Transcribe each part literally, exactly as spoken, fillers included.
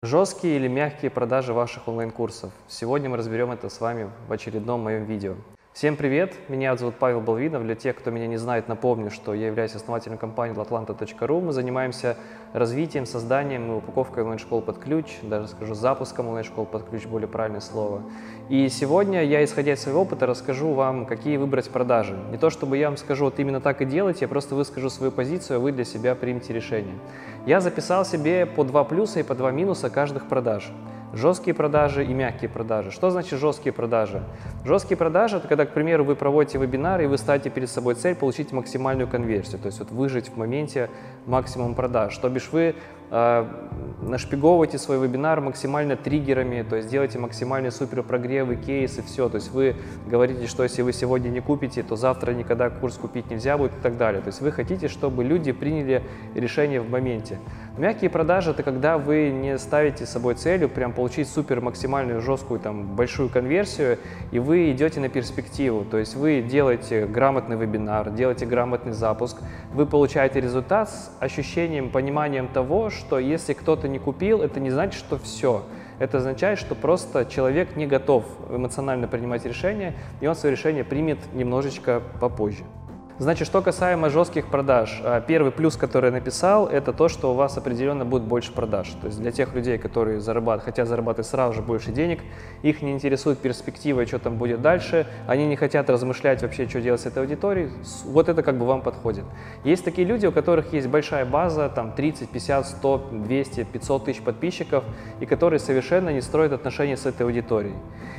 Жесткие или мягкие продажи ваших онлайн-курсов? Сегодня мы разберем это с вами в очередном моем видео. Всем привет! Меня зовут Павел Болвинов. Для тех, кто меня не знает, напомню, что я являюсь основателем компании Latlanta точка ру. Мы занимаемся развитием, созданием и упаковкой онлайн-школ под ключ, даже скажу запуском онлайн-школ под ключ, более правильное слово. И сегодня я, исходя из своего опыта, расскажу вам, какие выбрать продажи. Не то чтобы я вам скажу, вот именно так и делайте, я просто выскажу свою позицию, а вы для себя примите решение. Я записал себе по два плюса и по два минуса каждых продаж. Жесткие продажи и мягкие продажи. Что значит жесткие продажи? Жесткие продажи – это когда, к примеру, вы проводите вебинар и вы ставите перед собой цель получить максимальную конверсию, то есть вот выжить в моменте максимум продаж. То бишь вы э, нашпиговываете свой вебинар максимально триггерами, то есть делаете максимальные суперпрогревы, кейсы, все. То есть вы говорите, что если вы сегодня не купите, то завтра никогда курс купить нельзя будет и так далее. То есть вы хотите, чтобы люди приняли решение в моменте. Мягкие продажи – это когда вы не ставите собой целью прям получить супер максимальную жесткую там большую конверсию, и вы идете на перспективу. То есть вы делаете грамотный вебинар, делаете грамотный запуск, вы получаете результат с ощущением, пониманием того, что если кто-то не купил, это не значит, что все. Это означает, что просто человек не готов эмоционально принимать решение, и он свое решение примет немножечко попозже. Значит, что касаемо жестких продаж, первый плюс, который я написал, это то, что у вас определенно будет больше продаж. То есть для тех людей, которые зарабатывают, хотят зарабатывать сразу же больше денег, их не интересует перспектива, что там будет дальше, они не хотят размышлять вообще, что делать с этой аудиторией, вот это как бы вам подходит. Есть такие люди, у которых есть большая база, там тридцать, пятьдесят, сто, двести, пятьсот тысяч подписчиков, и которые совершенно не строят отношения с этой аудиторией.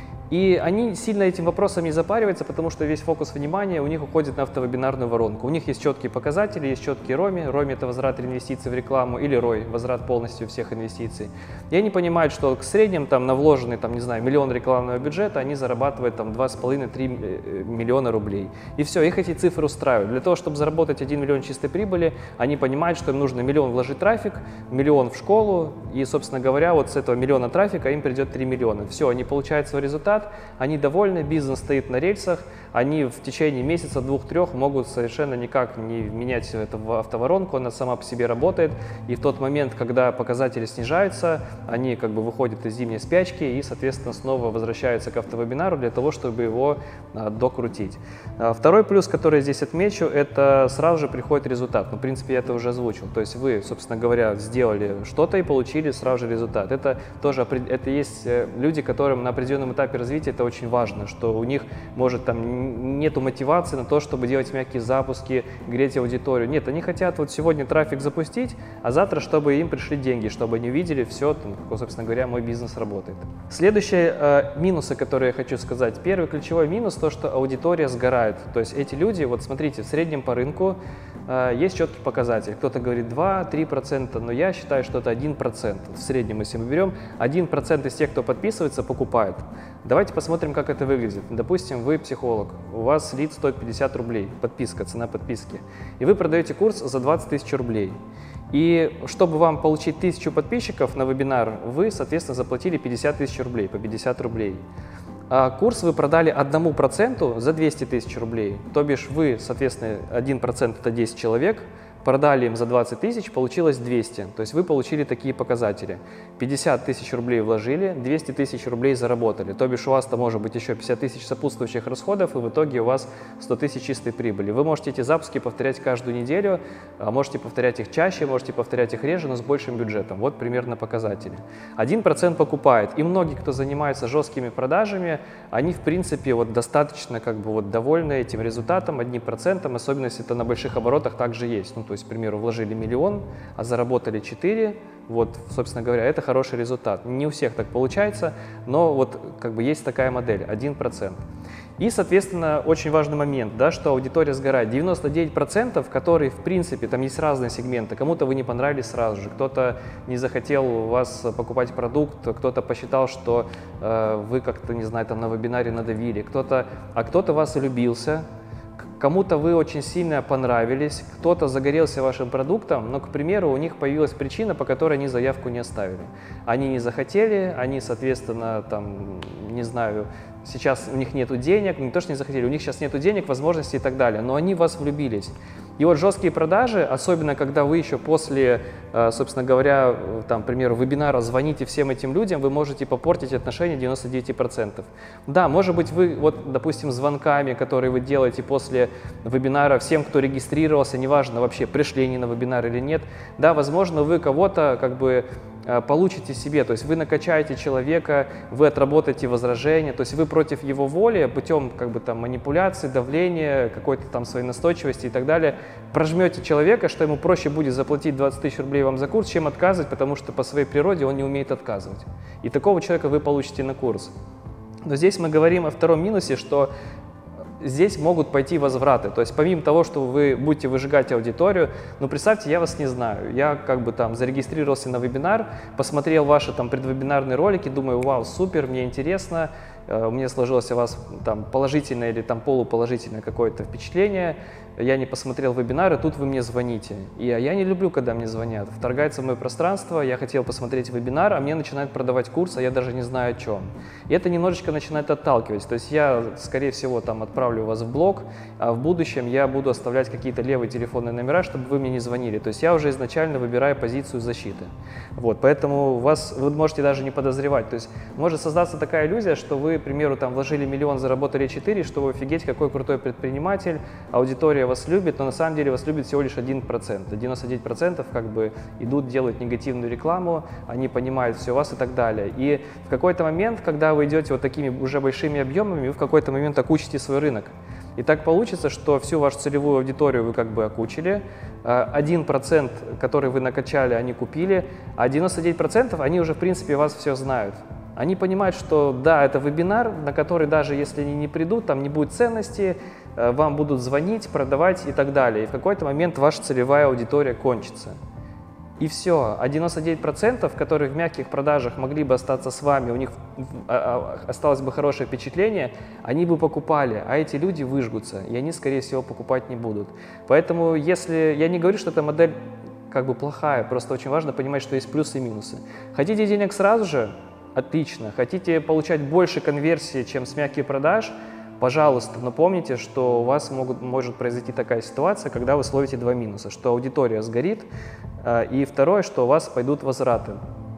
И они сильно этим вопросом не запариваются, потому что весь фокус внимания у них уходит на автовебинарную воронку. У них есть четкие показатели, есть четкие роми. Роми – это возврат инвестиций в рекламу, или рой – возврат полностью всех инвестиций. И они понимают, что к среднему там, на вложенный там, не знаю, миллион рекламного бюджета они зарабатывают там, два с половиной — три миллиона рублей. И все, их эти цифры устраивают. Для того, чтобы заработать один миллион чистой прибыли, они понимают, что им нужно миллион вложить в трафик, миллион в школу, и, собственно говоря, вот с этого миллиона трафика им придет три миллиона. Все, они получают свой результат. Они довольны, бизнес стоит на рельсах, они в течение месяца, двух-трех могут совершенно никак не менять это в автоворонку, она сама по себе работает, и в тот момент, когда показатели снижаются, они как бы выходят из зимней спячки и, соответственно, снова возвращаются к автовебинару для того, чтобы его а, докрутить. А, второй плюс, который я здесь отмечу, это сразу же приходит результат. Ну, в принципе, я это уже озвучил. То есть вы, собственно говоря, сделали что-то и получили сразу же результат. Это тоже это есть люди, которым на определенном этапе развития это очень важно, что у них может там нету мотивации на то, чтобы делать мягкие запуски, греть аудиторию. Нет, они хотят вот сегодня трафик запустить, а завтра, чтобы им пришли деньги, чтобы они увидели все, там, как, собственно говоря, мой бизнес работает. Следующие э, минусы, которые я хочу сказать. Первый ключевой минус – то, что аудитория сгорает. То есть эти люди, вот смотрите, в среднем по рынку э, есть четкий показатель. Кто-то говорит два-три процента, но я считаю, что это один процент. В среднем, если мы берем, один процент из тех, кто подписывается, покупает. Давайте посмотрим, как это выглядит. Допустим, вы психолог, у вас лид стоит пятьдесят рублей, подписка, цена подписки, и вы продаете курс за двадцать тысяч рублей. И чтобы вам получить тысячу подписчиков на вебинар, вы, соответственно, заплатили пятьдесят тысяч рублей, по пятьдесят рублей. А курс вы продали одному проценту за двести тысяч рублей, то бишь вы, соответственно, один процент это десять человек, продали им за двадцать тысяч, получилось двести. То есть вы получили такие показатели. пятьдесят тысяч рублей вложили, двести тысяч рублей заработали. То бишь у вас там может быть еще пятьдесят тысяч сопутствующих расходов, и в итоге у вас сто тысяч чистой прибыли. Вы можете эти запуски повторять каждую неделю, можете повторять их чаще, можете повторять их реже, но с большим бюджетом. Вот примерно показатели. один процент покупает. И многие, кто занимается жесткими продажами, они в принципе вот достаточно как бы вот довольны этим результатом, одним процентом, особенно если это на больших оборотах также есть. Ну, то есть, к примеру, вложили миллион, а заработали четыре, вот, собственно говоря, это хороший результат. Не у всех так получается, но вот как бы есть такая модель, один процент. И, соответственно, очень важный момент, да, что аудитория сгорает. девяносто девять процентов, которые, в принципе, там есть разные сегменты, кому-то вы не понравились сразу же, кто-то не захотел у вас покупать продукт, кто-то посчитал, что э, вы как-то, не знаю, там на вебинаре надавили, кто-то, а кто-то вас влюбился. Кому-то вы очень сильно понравились, кто-то загорелся вашим продуктом, но, к примеру, у них появилась причина, по которой они заявку не оставили. Они не захотели, они, соответственно, там, не знаю, сейчас у них нет денег, не то, что не захотели, у них сейчас нет денег, возможностей и так далее, но они в вас влюбились. И вот жесткие продажи, особенно когда вы еще после, собственно говоря, там, к примеру, вебинара звоните всем этим людям, вы можете попортить отношения девяноста девяти процентов. Да, может быть, вы, вот, допустим, звонками, которые вы делаете после вебинара всем, кто регистрировался, неважно вообще, пришли они на вебинар или нет, да, возможно, вы кого-то как бы получите себе, то есть вы накачаете человека, вы отработаете возражения, то есть вы против его воли путем как бы там манипуляции, давления, какой-то там своей настойчивости и так далее прожмете человека, что ему проще будет заплатить двадцать тысяч рублей вам за курс, чем отказывать, потому что по своей природе он не умеет отказывать. И такого человека вы получите на курс. Но здесь мы говорим о втором минусе, что здесь могут пойти возвраты. То есть помимо того, что вы будете выжигать аудиторию, ну представьте, я вас не знаю, я как бы там зарегистрировался на вебинар, посмотрел ваши там предвебинарные ролики, думаю, вау, супер, мне интересно, у меня сложилось о вас там положительное или там полуположительное какое-то впечатление, я не посмотрел вебинары, тут вы мне звоните. И я не люблю, когда мне звонят. Вторгается в мое пространство, я хотел посмотреть вебинар, а мне начинают продавать курс, а я даже не знаю о чем. И это немножечко начинает отталкивать. То есть я, скорее всего, там отправлю вас в блог, а в будущем я буду оставлять какие-то левые телефонные номера, чтобы вы мне не звонили. То есть я уже изначально выбираю позицию защиты. Вот, поэтому вас, вы можете даже не подозревать. То есть может создаться такая иллюзия, что вы, к примеру, там вложили миллион, заработали четыре, что вы офигеть, какой крутой предприниматель, аудитория вас любит, но на самом деле вас любит всего лишь один процент. девяносто девять процентов как бы идут делать негативную рекламу, они понимают все вас и так далее. И в какой-то момент, когда вы идете вот такими уже большими объемами, вы в какой-то момент окучите свой рынок. И так получится, что всю вашу целевую аудиторию вы как бы окучили, один процент, который вы накачали, они купили, а девяносто девять процентов они уже в принципе вас все знают. Они понимают, что да, это вебинар, на который даже если они не придут, там не будет ценности, вам будут звонить, продавать и так далее. И в какой-то момент ваша целевая аудитория кончится. И все. А девяносто девять процентов, которые в мягких продажах могли бы остаться с вами, у них осталось бы хорошее впечатление, они бы покупали, а эти люди выжгутся, и они, скорее всего, покупать не будут. Поэтому если... Я не говорю, что эта модель как бы плохая, просто очень важно понимать, что есть плюсы и минусы. Хотите денег сразу же? Отлично. Хотите получать больше конверсии, чем с мягких продаж? Пожалуйста, но помните, что у вас могут, может произойти такая ситуация, когда вы словите два минуса, что аудитория сгорит, э, и второе, что у вас пойдут возвраты.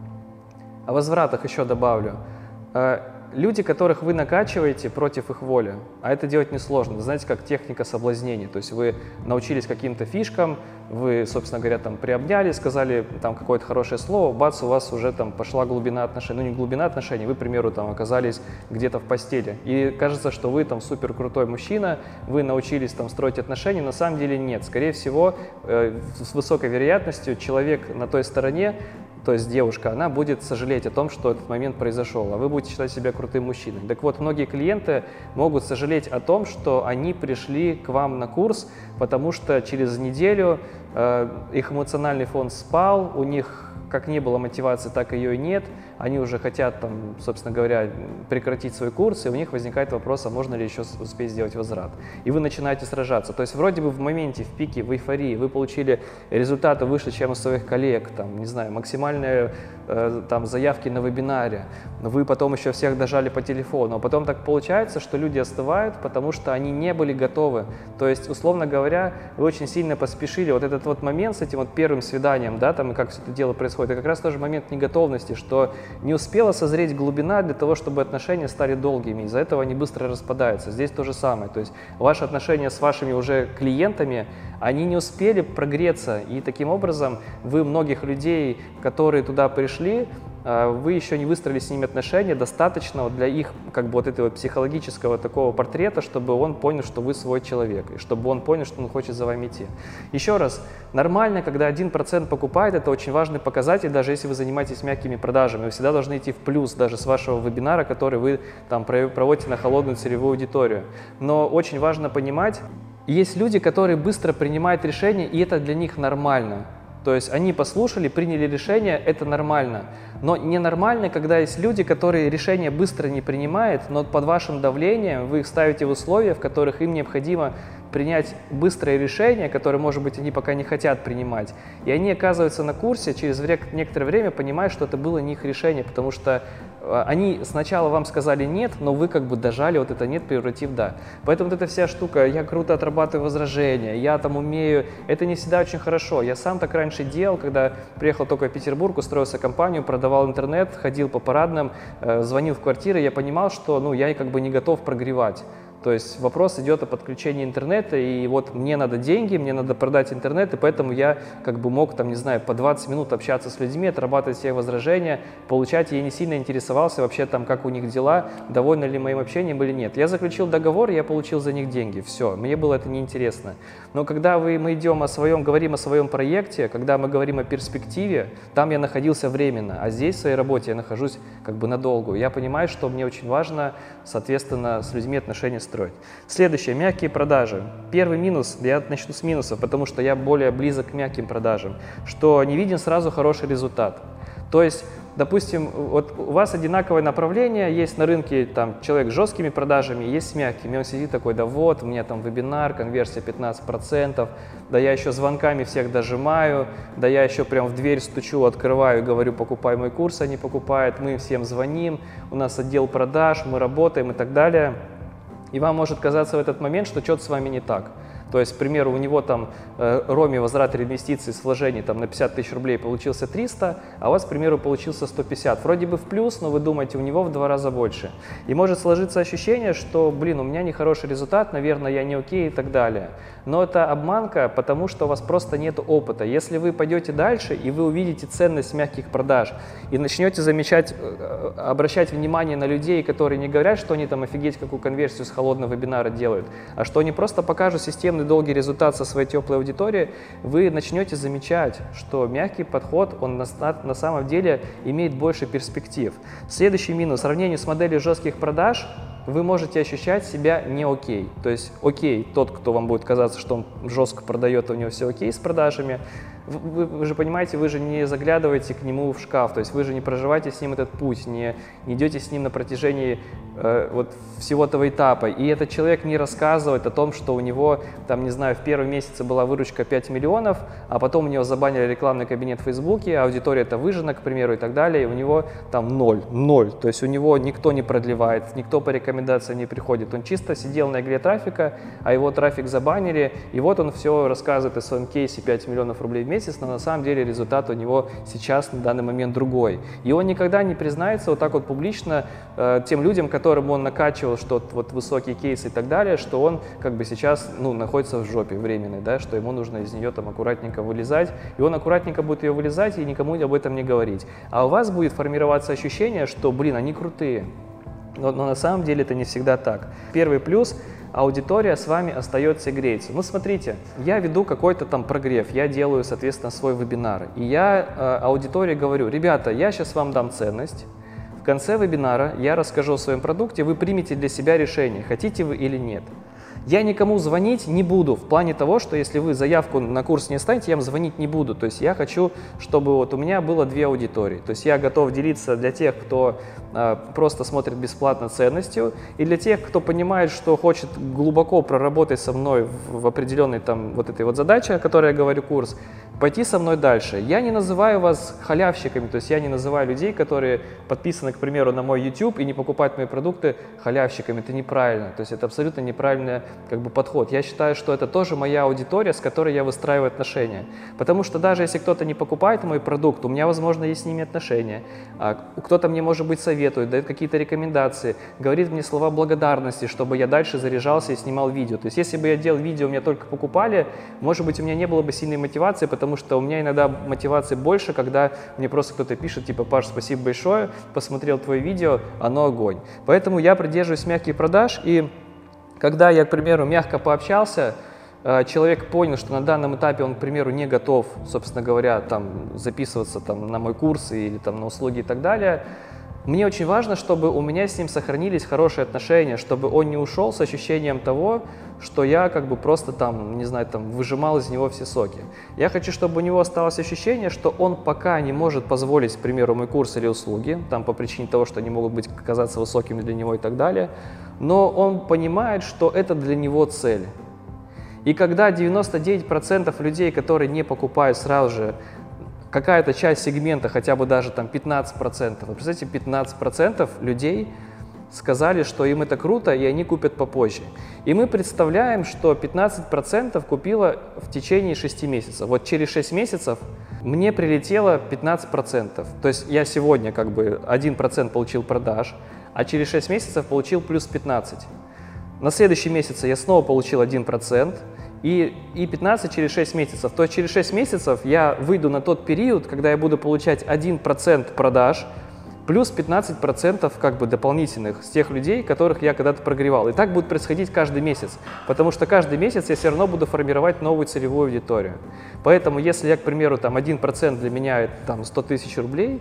О возвратах еще добавлю. Э, люди, которых вы накачиваете против их воли, а это делать несложно, знаете, как техника соблазнения, то есть вы научились каким-то фишкам, вы, собственно говоря, там приобняли, сказали там какое-то хорошее слово, бац, у вас уже там пошла глубина отношений, ну не глубина отношений, вы, к примеру, там оказались где-то в постели, и кажется, что вы там супер крутой мужчина, вы научились там строить отношения, на самом деле нет, скорее всего, э, с высокой вероятностью человек на той стороне, то есть девушка, она будет сожалеть о том, что этот момент произошел, а вы будете считать себя крутым мужчиной. Так вот, многие клиенты могут сожалеть о том, что они пришли к вам на курс, потому что через неделю э, их эмоциональный фон спал, у них как не было мотивации, так ее и нет, они уже хотят, там, собственно говоря, прекратить свой курс, и у них возникает вопрос, а можно ли еще успеть сделать возврат. И вы начинаете сражаться. То есть вроде бы в моменте, в пике, в эйфории вы получили результаты выше, чем у своих коллег, там, не знаю, максимальные э, там, заявки на вебинаре, вы потом еще всех дожали по телефону, а потом так получается, что люди остывают, потому что они не были готовы. То есть, условно говоря, вы очень сильно поспешили. Вот этот вот момент с этим вот первым свиданием, да, там, и как все это дело происходит, это как раз тоже момент неготовности, что не успела созреть глубина для того, чтобы отношения стали долгими, из-за этого они быстро распадаются. Здесь то же самое, то есть ваши отношения с вашими уже клиентами, они не успели прогреться, и таким образом вы многих людей, которые туда пришли, вы еще не выстроили с ними отношения достаточного для их как бы вот этого психологического такого портрета, чтобы он понял, что вы свой человек, и чтобы он понял, что он хочет за вами идти. Еще раз, нормально, когда один процент покупает, это очень важный показатель, даже если вы занимаетесь мягкими продажами, вы всегда должны идти в плюс даже с вашего вебинара, который вы там проводите на холодную целевую аудиторию. Но очень важно понимать, есть люди, которые быстро принимают решения, и это для них нормально. То есть они послушали, приняли решение, это нормально. Но ненормально, когда есть люди, которые решения быстро не принимают, но под вашим давлением вы их ставите в условия, в которых им необходимо принять быстрое решение, которое, может быть, они пока не хотят принимать. И они оказываются на курсе, через некоторое время понимают, что это было не их решение, потому что они сначала вам сказали «нет», но вы как бы дожали вот это «нет», превратив в «да». Поэтому вот эта вся штука «я круто отрабатываю возражения», «я там умею», это не всегда очень хорошо. Я сам так раньше делал, когда приехал только в Петербург, устроился в компанию, продавал интернет, ходил по парадным, э, звонил в квартиры, я понимал, что ну, я как бы не готов прогревать. То есть вопрос идет о подключении интернета, и вот мне надо деньги, мне надо продать интернет, и поэтому я как бы мог, там, не знаю, по двадцать минут общаться с людьми, отрабатывать все возражения, получать, и я не сильно интересовался вообще там, как у них дела, довольны ли моим общением или нет. Я заключил договор, я получил за них деньги, все, мне было это неинтересно. Но когда вы, мы идем о своем, говорим о своем проекте, когда мы говорим о перспективе, там я находился временно, а здесь в своей работе я нахожусь как бы надолго. Я понимаю, что мне очень важно, соответственно, с людьми отношения строить. Следующее, мягкие продажи. Первый минус, я начну с минусов, потому что я более близок к мягким продажам, что не виден сразу хороший результат. То есть, допустим, вот у вас одинаковое направление, есть на рынке там человек с жесткими продажами, есть с мягкими, он сидит такой, да вот, у меня там вебинар, конверсия пятнадцать процентов, да я еще звонками всех дожимаю, да я еще прям в дверь стучу, открываю и говорю, покупай мой курс, они покупают, мы всем звоним, у нас отдел продаж, мы работаем и так далее. И вам может казаться в этот момент, что что-то с вами не так. То есть, к примеру, у него там э, Роме возврат инвестиций с вложений там, на пятьдесят тысяч рублей получился триста, а у вас, к примеру, получился сто пятьдесят. Вроде бы в плюс, но вы думаете, у него в два раза больше. И может сложиться ощущение, что, блин, у меня нехороший результат, наверное, я не окей и так далее. Но это обманка, потому что у вас просто нет опыта. Если вы пойдете дальше, и вы увидите ценность мягких продаж, и начнете замечать, обращать внимание на людей, которые не говорят, что они там офигеть какую конверсию с холодного вебинара делают, а что они просто покажут системный долгий результат со своей теплой аудиторией, вы начнете замечать, что мягкий подход, он на, на самом деле имеет больше перспектив. Следующий минус, в сравнении с моделью жестких продаж, вы можете ощущать себя не окей. То есть окей, тот, кто вам будет казаться, что он жестко продает, у него все окей с продажами, вы, вы же понимаете, вы же не заглядываете к нему в шкаф, то есть вы же не проживаете с ним этот путь, не, не идете с ним на протяжении э, вот всего этого этапа. И этот человек не рассказывает о том, что у него, там, не знаю, в первом месяце была выручка пять миллионов, а потом у него забанили рекламный кабинет в Фейсбуке, аудитория это выжжена, к примеру, и так далее, и у него там ноль, ноль. То есть у него никто не продлевает, никто по рекомендациям не приходит. Он чисто сидел на игле трафика, а его трафик забанили, и вот он все рассказывает о своем кейсе пять миллионов рублей в месяц, но на самом деле результат у него сейчас на данный момент другой. И он никогда не признается вот так вот публично э, тем людям, которым он накачивал, что вот высокие кейсы и так далее, что он как бы сейчас ну, находится в жопе временной, да, что ему нужно из нее там аккуратненько вылезать, и он аккуратненько будет ее вылезать и никому об этом не говорить. А у вас будет формироваться ощущение, что, блин, они крутые. Но, но на самом деле это не всегда так. Первый плюс – аудитория с вами остается и греется. Ну, смотрите, я веду какой-то там прогрев, я делаю, соответственно, свой вебинар. И я э, аудитории говорю, ребята, я сейчас вам дам ценность. В конце вебинара я расскажу о своем продукте, вы примете для себя решение, хотите вы или нет. Я никому звонить не буду, в плане того, что если вы заявку на курс не оставите, я вам звонить не буду. То есть я хочу, чтобы вот у меня было две аудитории. То есть я готов делиться для тех, кто э, просто смотрит бесплатно ценностью, и для тех, кто понимает, что хочет глубоко проработать со мной в, в определенной там вот этой вот задаче, о которой я говорю, курс, пойти со мной дальше. Я не называю вас халявщиками, то есть я не называю людей, которые подписаны, к примеру, на мой YouTube и не покупают мои продукты, халявщиками. Это неправильно, то есть это абсолютно неправильное как бы подход. Я считаю, что это тоже моя аудитория, с которой я выстраиваю отношения. Потому что даже если кто-то не покупает мой продукт, у меня, возможно, есть с ними отношения. Кто-то мне, может быть, советует, дает какие-то рекомендации, говорит мне слова благодарности, чтобы я дальше заряжался и снимал видео. То есть если бы я делал видео, меня только покупали, может быть, у меня не было бы сильной мотивации, потому что у меня иногда мотивации больше, когда мне просто кто-то пишет, типа, Паш, спасибо большое, посмотрел твое видео, оно огонь. Поэтому я придерживаюсь мягких продаж, и когда я, к примеру, мягко пообщался, человек понял, что на данном этапе он, к примеру, не готов, собственно говоря, там, записываться там, на мой курс или там, на услуги и так далее, мне очень важно, чтобы у меня с ним сохранились хорошие отношения, чтобы он не ушел с ощущением того, что я как бы просто там, не знаю, там, выжимал из него все соки. Я хочу, чтобы у него осталось ощущение, что он пока не может позволить, к примеру, мой курс или услуги, там по причине того, что они могут быть казаться высокими для него и так далее, но он понимает, что это для него цель. И когда девяносто девять процентов людей, которые не покупают сразу же, какая-то часть сегмента, хотя бы даже там пятнадцать процентов, вы представляете, пятнадцать процентов людей сказали, что им это круто, и они купят попозже. И мы представляем, что пятнадцать процентов купило в течение шести месяцев. Вот через шесть месяцев мне прилетело пятнадцать процентов. То есть я сегодня как бы один процент получил продаж, а через шесть месяцев получил плюс пятнадцать. На следующий месяц я снова получил один процент. И, и пятнадцать через шесть месяцев. То есть через шесть месяцев я выйду на тот период, когда я буду получать один процент продаж, плюс пятнадцать процентов как бы дополнительных с тех людей, которых я когда-то прогревал. И так будет происходить каждый месяц, потому что каждый месяц я все равно буду формировать новую целевую аудиторию. Поэтому если я, к примеру, там один процент для меня это там сто тысяч рублей,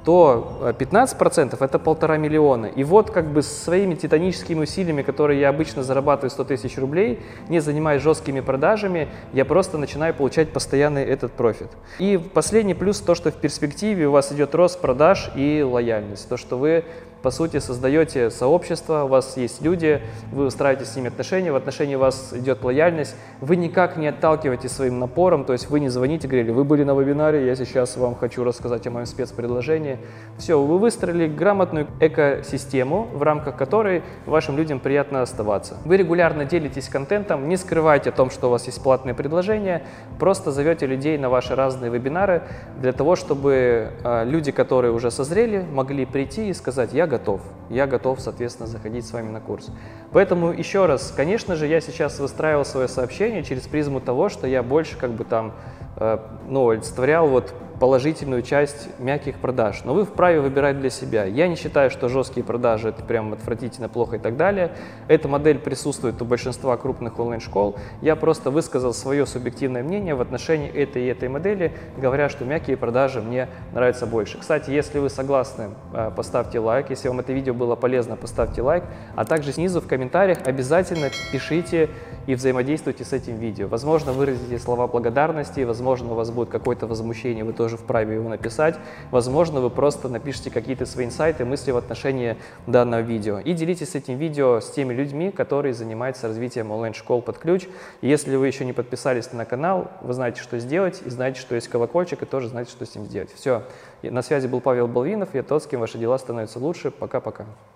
то пятнадцать процентов это полтора миллиона. И вот как бы своими титаническими усилиями, которые я обычно зарабатываю сто тысяч рублей, не занимаясь жесткими продажами, я просто начинаю получать постоянный этот профит. И последний плюс то, что в перспективе у вас идет рост продаж и лояльность. То, что вы по сути создаете сообщество, у вас есть люди, вы устраиваете с ними отношения, в отношении вас идет лояльность, вы никак не отталкиваетесь своим напором, то есть вы не звоните и говорили, вы были на вебинаре, я сейчас вам хочу рассказать о моем спецпредложении. Все, вы выстроили грамотную экосистему, в рамках которой вашим людям приятно оставаться. Вы регулярно делитесь контентом, не скрывайте о том, что у вас есть платные предложения, просто зовете людей на ваши разные вебинары для того, чтобы э, люди, которые уже созрели, могли прийти и сказать, я готов, я готов, соответственно, заходить с вами на курс. Поэтому еще раз, конечно же, я сейчас выстраивал свое сообщение через призму того, что я больше как бы там, э, ну, олицетворял вот положительную часть мягких продаж, но вы вправе выбирать для себя. Я не считаю, что жесткие продажи это прям отвратительно, плохо и так далее. Эта модель присутствует у большинства крупных онлайн-школ. Я просто высказал свое субъективное мнение в отношении этой и этой модели, говоря, что мягкие продажи мне нравятся больше. Кстати, если вы согласны, поставьте лайк. Если вам это видео было полезно, поставьте лайк. А также снизу в комментариях обязательно пишите и взаимодействуйте с этим видео. Возможно, выразите слова благодарности, возможно, у вас будет какое-то возмущение, вы тоже вправе его написать. Возможно, вы просто напишите какие-то свои инсайты, мысли в отношении данного видео. И делитесь этим видео с теми людьми, которые занимаются развитием онлайн-школ под ключ. И если вы еще не подписались на канал, вы знаете, что сделать, и знаете, что есть колокольчик, и тоже знаете, что с ним сделать. Все. На связи был Павел Болвинов, я тот, с кем ваши дела становятся лучше. Пока-пока.